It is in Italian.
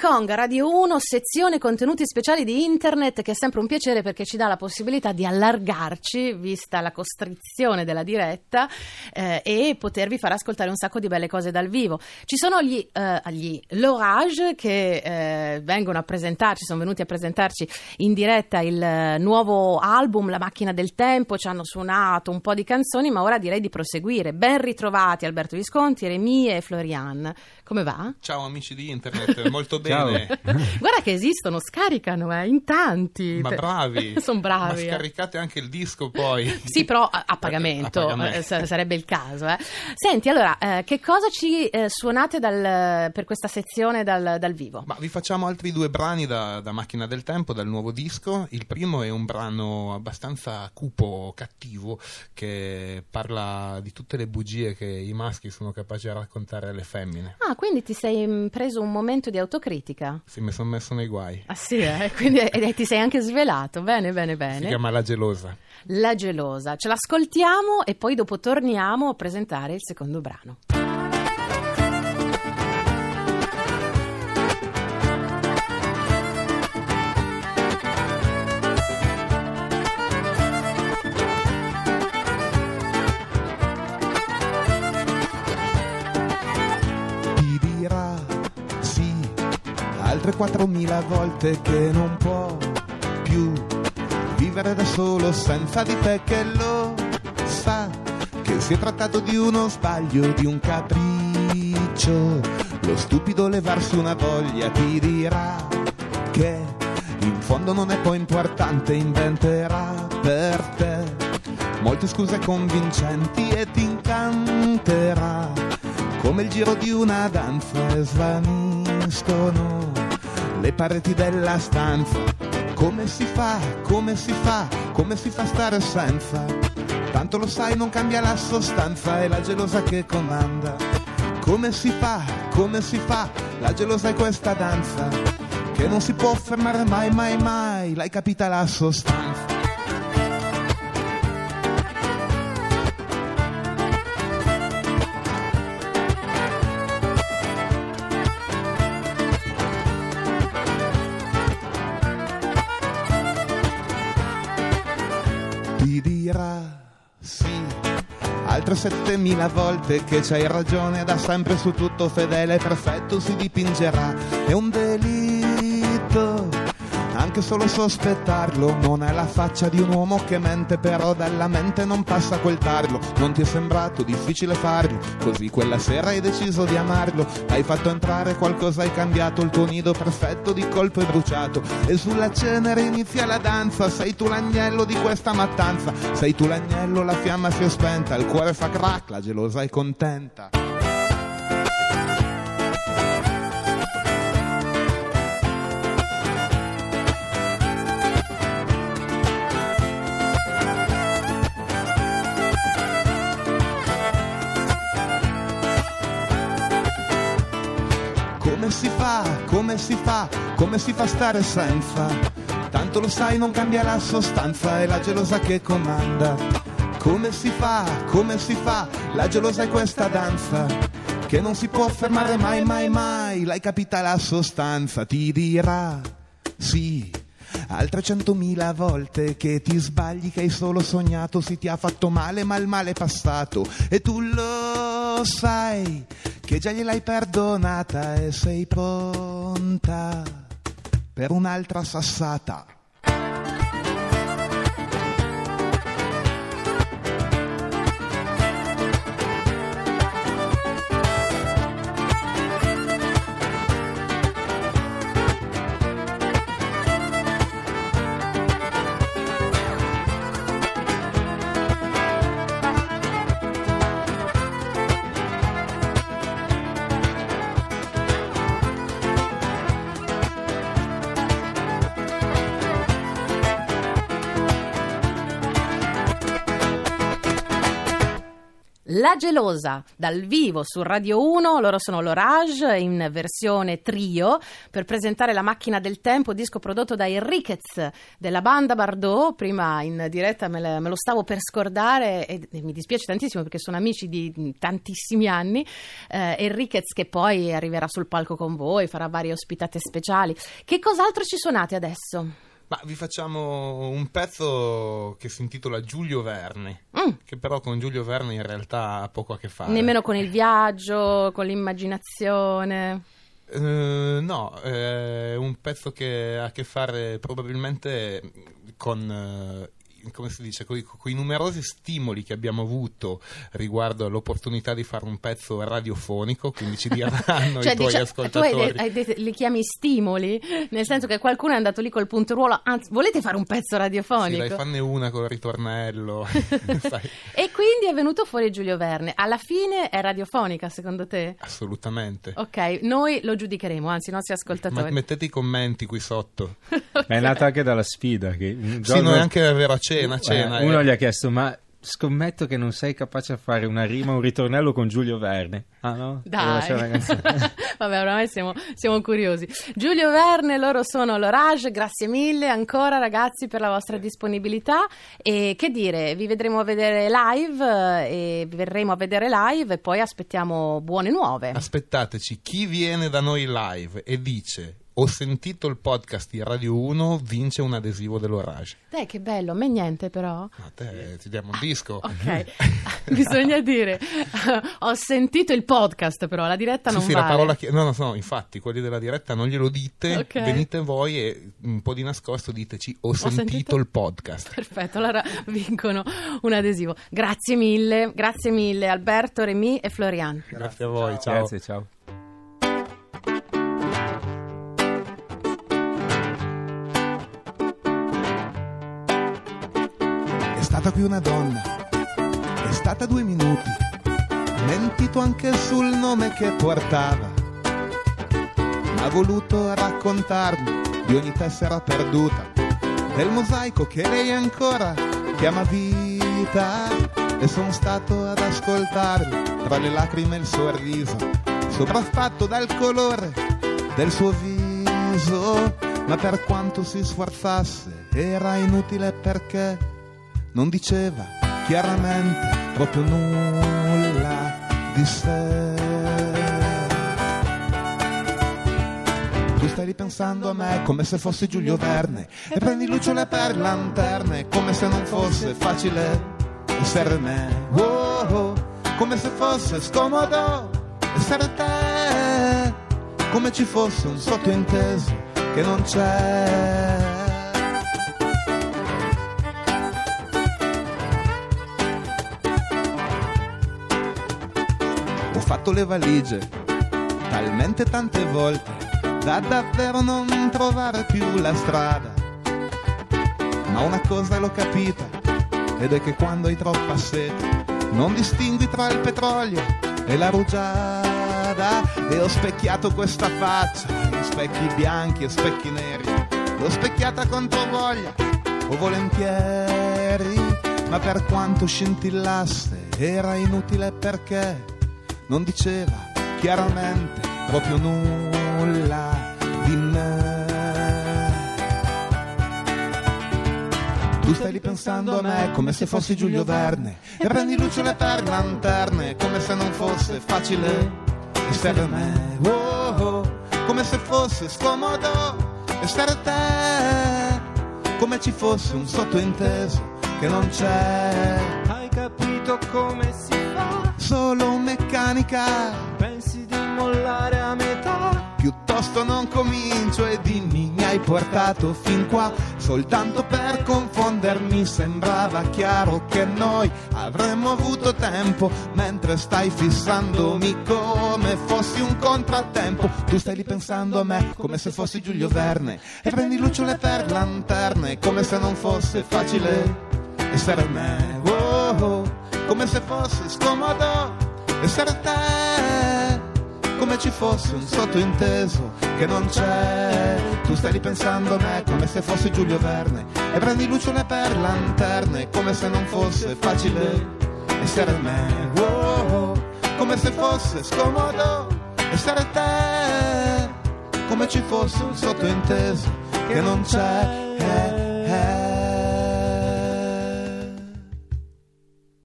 Kong, Radio 1, sezione contenuti speciali di internet, che è sempre un piacere perché ci dà la possibilità di allargarci, vista la costrizione della diretta, e potervi far ascoltare un sacco di belle cose dal vivo. Ci sono gli L'Orage che vengono a presentarci, sono venuti a presentarci in diretta il nuovo album La Macchina del Tempo, ci hanno suonato un po' di canzoni, ma ora direi di proseguire. Ben ritrovati Alberto Visconti, Remie e Florian. Come va? Ciao amici di internet, molto bene. Guarda che esistono, scaricano in tanti. Ma bravi. Sono bravi. Ma scaricate anche il disco poi. Sì, però a pagamento, sarebbe il caso. Senti, allora, che cosa ci suonate per questa sezione dal vivo? Ma vi facciamo altri due brani da Macchina del Tempo, dal nuovo disco. Il primo è un brano abbastanza cupo, cattivo, che parla di tutte le bugie che i maschi sono capaci a raccontare alle femmine. Ah, quindi ti sei preso un momento di autocritica? Sì, mi sono messo nei guai. Ah sì, quindi ti sei anche svelato. Bene. Si chiama La Gelosa. La Gelosa. Ce l'ascoltiamo e poi dopo torniamo a presentare il secondo brano. Altre 4.000 volte che non può più vivere da solo senza di te, che lo sa, che si è trattato di uno sbaglio, di un capriccio. Lo stupido levarsi una voglia ti dirà che in fondo non è poi importante, inventerà per te molte scuse convincenti e ti incanterà come il giro di una danza, e svaniscono le pareti della stanza. Come si fa a stare senza? Tanto lo sai, non cambia la sostanza, è la gelosa che comanda. Come si fa? La gelosa è questa danza che non si può fermare mai, l'hai capita la sostanza. Ti dirà sì altre 7.000 volte che c'hai ragione, da sempre su tutto fedele, perfetto si dipingerà. È un delitto anche solo sospettarlo, non è la faccia di un uomo che mente, però dalla mente non passa quel tarlo. Non ti è sembrato difficile farlo, così quella sera hai deciso di amarlo. Hai fatto entrare qualcosa, hai cambiato, il tuo nido perfetto di colpo è bruciato, e sulla cenere inizia la danza. Sei tu l'agnello di questa mattanza, sei tu l'agnello, la fiamma si è spenta, il cuore fa crack, la gelosa è contenta. Come si fa a stare senza? Tanto lo sai, non cambia la sostanza, è la gelosa che comanda. Come si fa? La gelosa è questa danza che non si può fermare mai, l'hai capita la sostanza. Ti dirà sì altre 100.000 volte che ti sbagli, che hai solo sognato, si ti ha fatto male, ma il male è passato e tu lo sai, che già gliel'hai perdonata e sei pronta per un'altra sassata. La Gelosa dal vivo su Radio 1, loro sono l'Orage in versione trio per presentare La Macchina del Tempo, disco prodotto da Enriquez della banda Bardot. Prima in diretta me lo stavo per scordare e mi dispiace tantissimo perché sono amici di tantissimi anni. Enriquez che poi arriverà sul palco con voi, farà varie ospitate speciali. Che cos'altro ci suonate adesso? Ma vi facciamo un pezzo che si intitola Giulio Verne, che però con Giulio Verne in realtà ha poco a che fare. Nemmeno con il viaggio, con l'immaginazione? No, è un pezzo che ha a che fare probabilmente con... come si dice, con i numerosi stimoli che abbiamo avuto riguardo all'opportunità di fare un pezzo radiofonico, quindi ci diranno i tuoi ascoltatori. Tu li chiami stimoli? Nel senso che qualcuno è andato lì col punteruolo, anzi, volete fare un pezzo radiofonico? Sì, dai, fanne una col ritornello. E quindi è venuto fuori Giulio Verne. Alla fine è radiofonica, secondo te? Assolutamente. Ok, noi lo giudicheremo, anzi i nostri ascoltatori. Ma mettete i commenti qui sotto. Okay. Ma è nata anche dalla sfida che sì, noi anche davvero a cena. Uno gli ha chiesto: ma scommetto che non sei capace a fare una rima, un ritornello con Giulio Verne. Ah no? Dai. Vabbè, oramai siamo curiosi. Giulio Verne, loro sono l'Orage, grazie mille ancora ragazzi per la vostra disponibilità. E che dire, vi verremo a vedere live e poi aspettiamo buone nuove. Aspettateci, chi viene da noi live e dice ho sentito il podcast di Radio 1 vince un adesivo dell'Orage. Dai, che bello, a me niente però. A te ti diamo un disco. Ok, bisogna dire ho sentito il podcast però, la diretta non vale. La parola no, infatti quelli della diretta non glielo dite, okay. Venite voi e un po' di nascosto diteci ho sentito il podcast. Perfetto, allora vincono un adesivo. Grazie mille Alberto, Remy e Florian. Grazie a voi, ciao. Grazie, ciao. È stata qui una donna, è stata 2 minuti, mentito anche sul nome che portava, ma ha voluto raccontarmi di ogni tessera perduta, del mosaico che lei ancora chiama vita, e sono stato ad ascoltarmi tra le lacrime e il sorriso, sopraffatto dal colore del suo viso, ma per quanto si sforzasse era inutile perché non diceva chiaramente proprio nulla di sé. Tu stai ripensando a me come se fossi Giulio Verne e prendi lucciole per lanterne come se non fosse facile essere me. Oh, come se fosse scomodo essere te, come ci fosse un sottointeso che non c'è. Ho fatto le valigie talmente tante volte da davvero non trovare più la strada, ma una cosa l'ho capita ed è che quando hai troppa sete non distingui tra il petrolio e la rugiada, e ho specchiato questa faccia in specchi bianchi e specchi neri, l'ho specchiata contro voglia o volentieri, ma per quanto scintillasse era inutile perché non diceva chiaramente proprio nulla di me. Tu stai ripensando a me come se fossi Giulio Verne e prendi lucciole per lanterne come se non fosse facile essere me. Oh, come se fosse scomodo essere te, come ci fosse un sottointeso che non c'è. Hai capito come si fa? Solo meccanica. Pensi di mollare a metà? Piuttosto non comincio e dimmi, mi hai portato fin qua soltanto per confondermi. Sembrava chiaro che noi avremmo avuto tempo, mentre stai fissandomi come fossi un contrattempo. Tu stai ripensando a me come se fossi Giulio Verne e prendi lucciole per lanterne come se non fosse facile essere me. Oh, come se fosse scomodo essere te, come ci fosse un sottointeso che non c'è. Tu stai ripensando a me come se fossi Giulio Verne e prendi lucciole per lanterne come se non fosse facile essere me. Oh, se fosse scomodo essere te, come ci fosse un sottointeso che non c'è.